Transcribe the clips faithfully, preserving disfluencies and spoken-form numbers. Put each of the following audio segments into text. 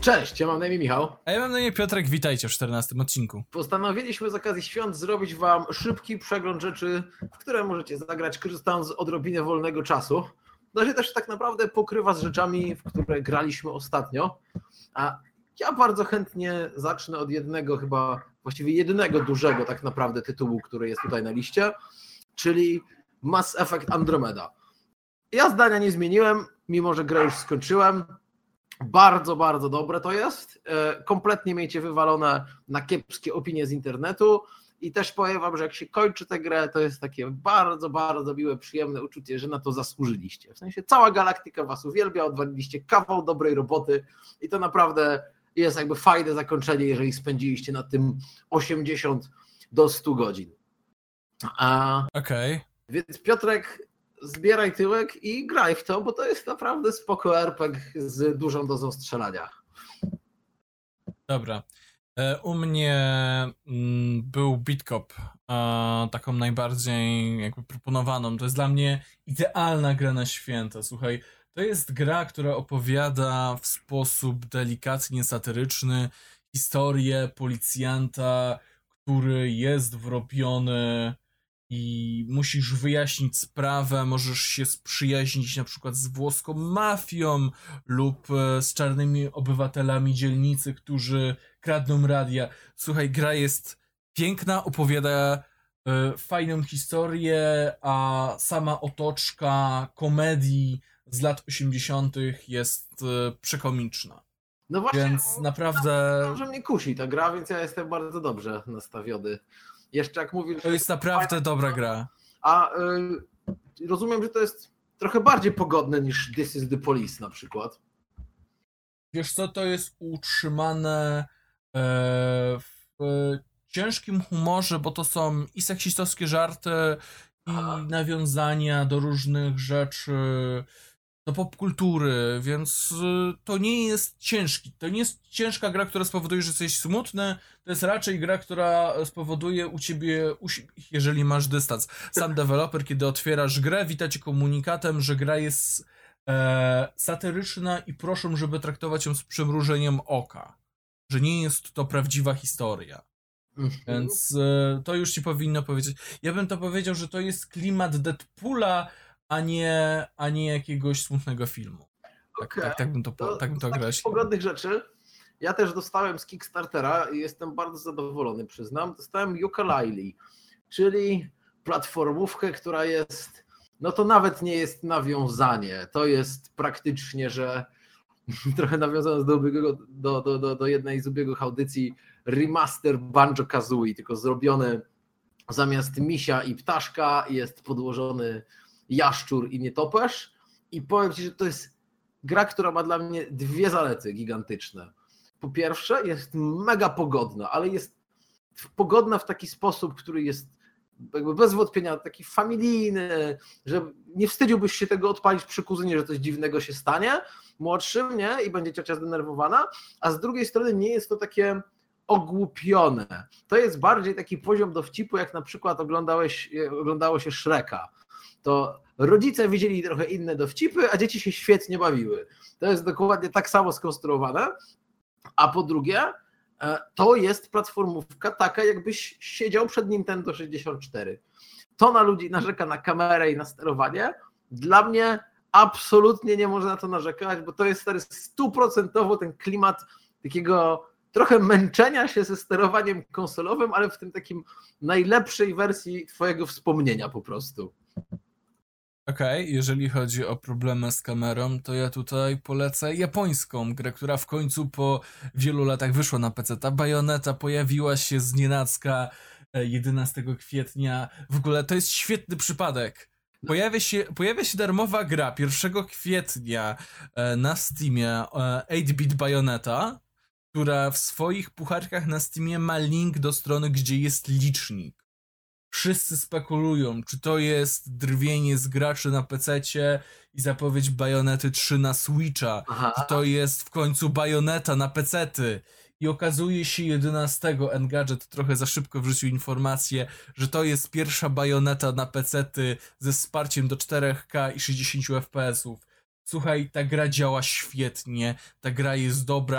Cześć, ja mam na imię Michał. A ja mam na imię Piotrek, witajcie w czternastym odcinku. Postanowiliśmy z okazji świąt zrobić wam szybki przegląd rzeczy, w które możecie zagrać, korzystając z odrobiny wolnego czasu. No się też tak naprawdę pokrywa z rzeczami, w które graliśmy ostatnio. A ja bardzo chętnie zacznę od jednego, chyba właściwie jedynego dużego tak naprawdę tytułu, który jest tutaj na liście, czyli Mass Effect Andromeda. Ja zdania nie zmieniłem, mimo że grę już skończyłem. Bardzo, bardzo dobre to jest. Kompletnie miejcie wywalone na kiepskie opinie z internetu i też powiem wam, że jak się kończy tę grę, to jest takie bardzo, bardzo miłe, przyjemne uczucie, że na to zasłużyliście. W sensie cała galaktyka was uwielbia, odwaliliście kawał dobrej roboty i to naprawdę jest jakby fajne zakończenie, jeżeli spędziliście na tym osiemdziesiąt do stu godzin. Okej. Okay. Więc Piotrek, zbieraj tyłek i graj w to, bo to jest naprawdę spoko er pe gie z dużą dozą strzelania. Dobra. U mnie mm, był Beat Cop, e, taką najbardziej jakby proponowaną. To jest dla mnie idealna gra na święta. Słuchaj, to jest gra, która opowiada w sposób delikatnie satyryczny historię policjanta, który jest wrobiony i musisz wyjaśnić sprawę, możesz się sprzyjaźnić na przykład z włoską mafią lub z czarnymi obywatelami dzielnicy, którzy kradną radia. Słuchaj, gra jest piękna, opowiada y, fajną historię, a sama otoczka komedii z lat osiemdziesiątych jest y, przekomiczna. No właśnie, więc naprawdę... Dobrze mnie kusi ta gra, więc ja jestem bardzo dobrze nastawiony. Jeszcze jak mówisz... To jest naprawdę dobra gra. A y, rozumiem, że to jest trochę bardziej pogodne niż This is the Police na przykład. Wiesz co, to jest utrzymane e, w e, ciężkim humorze, bo to są i seksistowskie żarty, Aha. i nawiązania do różnych rzeczy, do popkultury, więc to nie jest ciężki. To nie jest ciężka gra, która spowoduje, że jesteś smutny. To jest raczej gra, która spowoduje u ciebie uśmiech, jeżeli masz dystans. Sam deweloper, kiedy otwierasz grę, wita cię komunikatem, że gra jest e, satyryczna i proszą, żeby traktować ją z przymrużeniem oka. Że nie jest to prawdziwa historia. Mhm. Więc e, to już ci powinno powiedzieć. Ja bym to powiedział, że to jest klimat Deadpoola, a nie, a nie jakiegoś smutnego filmu. Tak, okay. tak, tak bym to, to tak bym to określił. Z pogodnych rzeczy ja też dostałem z Kickstartera i jestem bardzo zadowolony, przyznam. Dostałem Yooka-Laylee, czyli platformówkę, która jest, no to nawet nie jest nawiązanie, to jest praktycznie, że trochę nawiązane do, do, do, do, do jednej z ubiegłych audycji, remaster Banjo-Kazooie, tylko zrobione zamiast misia i ptaszka jest podłożony jaszczur i nietoperz i powiem ci, że to jest gra, która ma dla mnie dwie zalety gigantyczne. Po pierwsze jest mega pogodna, ale jest pogodna w taki sposób, który jest jakby bez wątpienia taki familijny, że nie wstydziłbyś się tego odpalić przy kuzynie, że coś dziwnego się stanie, młodszym, nie? I będzie ciocia zdenerwowana, a z drugiej strony nie jest to takie ogłupione. To jest bardziej taki poziom dowcipu, jak na przykład oglądałeś, oglądało się Shreka. To rodzice widzieli trochę inne dowcipy, a dzieci się świetnie bawiły. To jest dokładnie tak samo skonstruowane. A po drugie, to jest platformówka taka, jakbyś siedział przed Nintendo sześćdziesiąt cztery. To na ludzi narzeka na kamerę i na sterowanie. Dla mnie absolutnie nie można na to narzekać, bo to jest stuprocentowo ten klimat takiego trochę męczenia się ze sterowaniem konsolowym, ale w tym takim najlepszej wersji twojego wspomnienia po prostu. Okej, okay, jeżeli chodzi o problemy z kamerą, to ja tutaj polecę japońską grę, która w końcu po wielu latach wyszła na peceta. Bayonetta pojawiła się znienacka jedenastego kwietnia. W ogóle to jest świetny przypadek. Pojawia się, pojawia się darmowa gra pierwszego kwietnia na Steamie, osiem bit Bayonetta, która w swoich pucharkach na Steamie ma link do strony, gdzie jest licznik. Wszyscy spekulują, czy to jest drwienie z graczy na pececie i zapowiedź Bayonety trzy na Switcha, Aha. czy to jest w końcu Bayonetta na pecety. I okazuje się jedenastego Engadget trochę za szybko wrzucił informację, że to jest pierwsza Bayonetta na pecety ze wsparciem do cztery K i sześćdziesiąt F P S ów. Słuchaj, ta gra działa świetnie, ta gra jest dobra,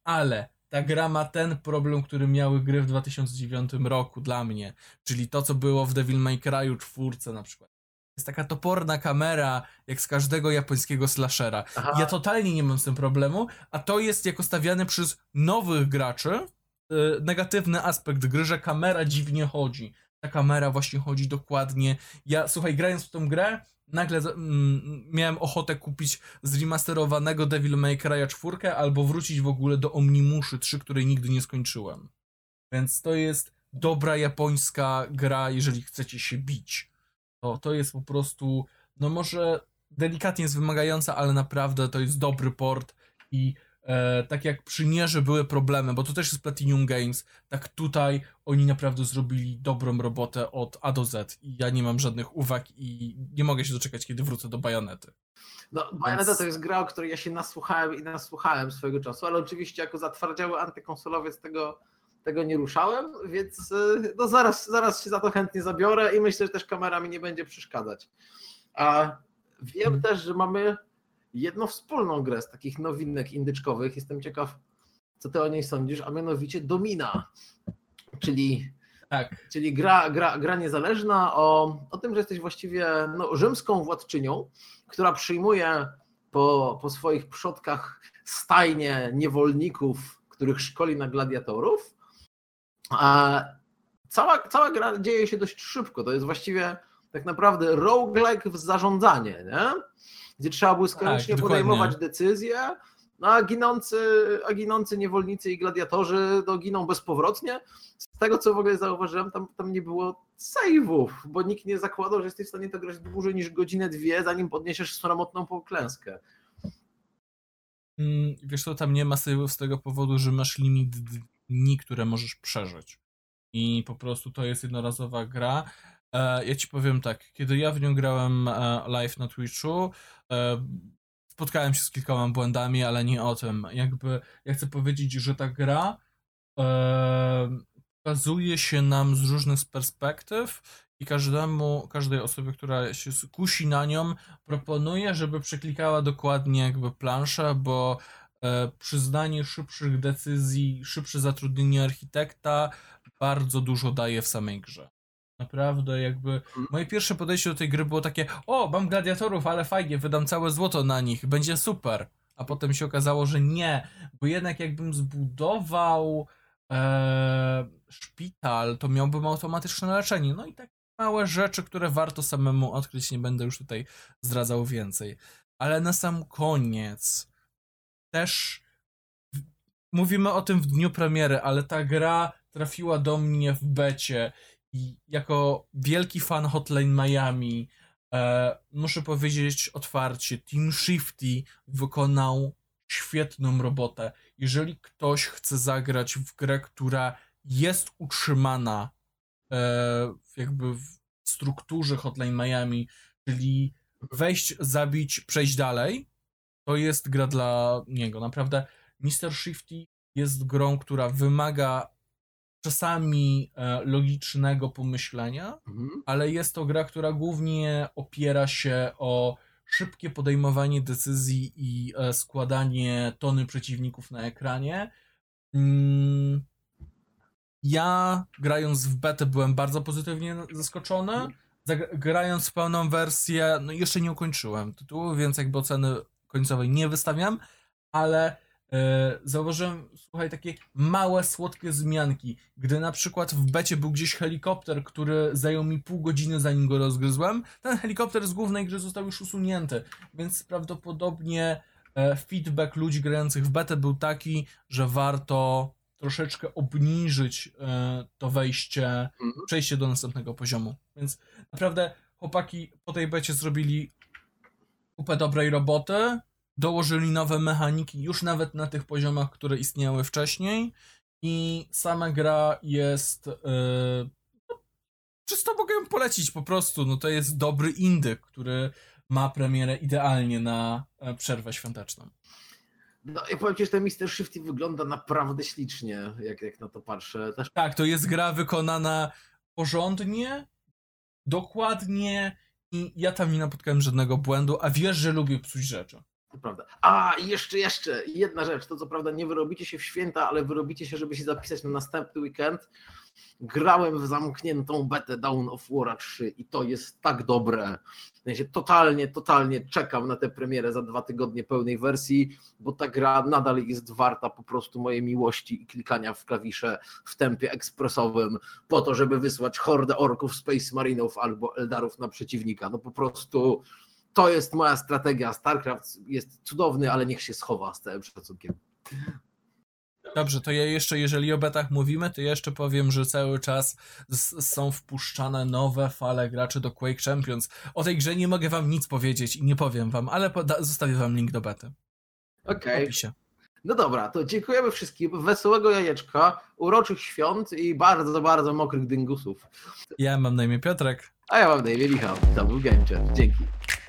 Ale ta gra ma ten problem, który miały gry w dwa tysiące dziewiątym roku dla mnie, czyli to, co było w Devil May Cry'u czwórce na przykład. Jest taka toporna kamera, jak z każdego japońskiego slashera. Aha. Ja totalnie nie mam z tym problemu, a to jest jako stawiane przez nowych graczy yy, negatywny aspekt gry, że kamera dziwnie chodzi. Ta kamera właśnie chodzi dokładnie. Ja, słuchaj, grając w tą grę, nagle mm, miałem ochotę kupić zremasterowanego Devil May Cry'a czwórkę albo wrócić w ogóle do Omnimuszy trzy, której nigdy nie skończyłem. Więc to jest dobra japońska gra, jeżeli chcecie się bić. To, to jest po prostu, no może delikatnie jest wymagająca, ale naprawdę to jest dobry port i e, tak jak przy Nierze były problemy, bo to też jest Platinum Games, tak tutaj oni naprawdę zrobili dobrą robotę od A do Z i ja nie mam żadnych uwag i nie mogę się doczekać, kiedy wrócę do Bajonety. No, Bayonetta to jest gra, o której ja się nasłuchałem i nasłuchałem swojego czasu, ale oczywiście jako zatwardziały antykonsolowiec tego, tego nie ruszałem, więc no zaraz, zaraz się za to chętnie zabiorę i myślę, że też kamera mi nie będzie przeszkadzać. A wiem hmm. też, że mamy jedną wspólną grę z takich nowinek indyczkowych. Jestem ciekaw, co ty o niej sądzisz, a mianowicie Domina, czyli, tak. czyli gra, gra, gra niezależna o, o tym, że jesteś właściwie no, rzymską władczynią, która przyjmuje po, po swoich przodkach stajnie niewolników, których szkoli na gladiatorów. A cała, cała gra dzieje się dość szybko. To jest właściwie tak naprawdę roguelike w zarządzanie, nie? Gdzie trzeba błyskawicznie tak, podejmować decyzje, no a ginący, a ginący niewolnicy i gladiatorzy no, giną bezpowrotnie. Z tego, co w ogóle zauważyłem, tam, tam nie było save'ów, bo nikt nie zakładał, że jesteś w stanie to grać dłużej niż godzinę, dwie, zanim podniesiesz sromotną poklęskę. Mm, wiesz co, tam nie ma save'ów z tego powodu, że masz limit dni, które możesz przeżyć. I po prostu to jest jednorazowa gra. Ja ci powiem tak, kiedy ja w nią grałem live na Twitchu, spotkałem się z kilkoma błędami, ale nie o tym. Jakby ja chcę powiedzieć, że ta gra pokazuje się nam z różnych perspektyw i każdemu, każdej osobie, która się kusi na nią, proponuje, żeby przeklikała dokładnie jakby planszę, bo przyznanie szybszych decyzji, szybsze zatrudnienie architekta bardzo dużo daje w samej grze. Naprawdę jakby moje pierwsze podejście do tej gry było takie: o, mam gladiatorów, ale fajnie, wydam całe złoto na nich, będzie super. A potem się okazało, że nie, bo jednak jakbym zbudował e, szpital, to miałbym automatyczne leczenie. No i takie małe rzeczy, które warto samemu odkryć, nie będę już tutaj zdradzał więcej. Ale na sam koniec też mówimy o tym w dniu premiery, ale ta gra trafiła do mnie w becie i jako wielki fan Hotline Miami e, muszę powiedzieć otwarcie, Team Shifty wykonał świetną robotę. Jeżeli ktoś chce zagrać w grę, która jest utrzymana e, jakby w strukturze Hotline Miami, czyli wejść, zabić, przejść dalej, to jest gra dla niego. Naprawdę mister Shifty jest grą, która wymaga czasami e, logicznego pomyślenia, mhm. ale jest to gra, która głównie opiera się o szybkie podejmowanie decyzji i e, składanie tony przeciwników na ekranie. Mm, ja grając w betę byłem bardzo pozytywnie zaskoczony. Mhm. Zagra- grając w pełną wersję, no jeszcze nie ukończyłem tytułu, więc jakby oceny końcowej nie wystawiam, ale e, zauważyłem, słuchaj, takie małe, słodkie zmianki. Gdy na przykład w becie był gdzieś helikopter, który zajął mi pół godziny, zanim go rozgryzłem, ten helikopter z głównej gry został już usunięty, więc prawdopodobnie e, feedback ludzi grających w betę był taki, że warto troszeczkę obniżyć e, to wejście, przejście do następnego poziomu. Więc naprawdę chłopaki po tej becie zrobili kupę dobrej roboty, dołożyli nowe mechaniki już nawet na tych poziomach, które istniały wcześniej i sama gra jest yy, no, czysto mogę ją polecić po prostu, no to jest dobry indyk, który ma premierę idealnie na przerwę świąteczną. No i powiem ci, że ten mister Shifty wygląda naprawdę ślicznie, jak, jak na to patrzę. Też... Tak, to jest gra wykonana porządnie, dokładnie i ja tam nie napotkałem żadnego błędu, a wiesz, że lubię psuć rzeczy. To prawda. A, i jeszcze, jeszcze jedna rzecz. To co prawda nie wyrobicie się w święta, ale wyrobicie się, żeby się zapisać na następny weekend. Grałem w zamkniętą betę Dawn of War trzy i to jest tak dobre. W sensie totalnie, totalnie czekam na tę premierę za dwa tygodnie pełnej wersji, bo ta gra nadal jest warta po prostu mojej miłości i klikania w klawisze w tempie ekspresowym po to, żeby wysłać hordę orków, Space Marinów albo Eldarów na przeciwnika. No po prostu to jest moja strategia. StarCraft jest cudowny, ale niech się schowa z całym szacunkiem. Dobrze, to ja jeszcze, jeżeli o betach mówimy, to ja jeszcze powiem, że cały czas s- są wpuszczane nowe fale graczy do Quake Champions. O tej grze nie mogę wam nic powiedzieć i nie powiem wam, ale poda- zostawię wam link do bety. Okej. W opisie. No dobra, to dziękujemy wszystkim. Wesołego jajeczka, uroczych świąt i bardzo, bardzo mokrych dyngusów. Ja mam na imię Piotrek. A ja mam na imię Michał. To był Game Chat. Dzięki.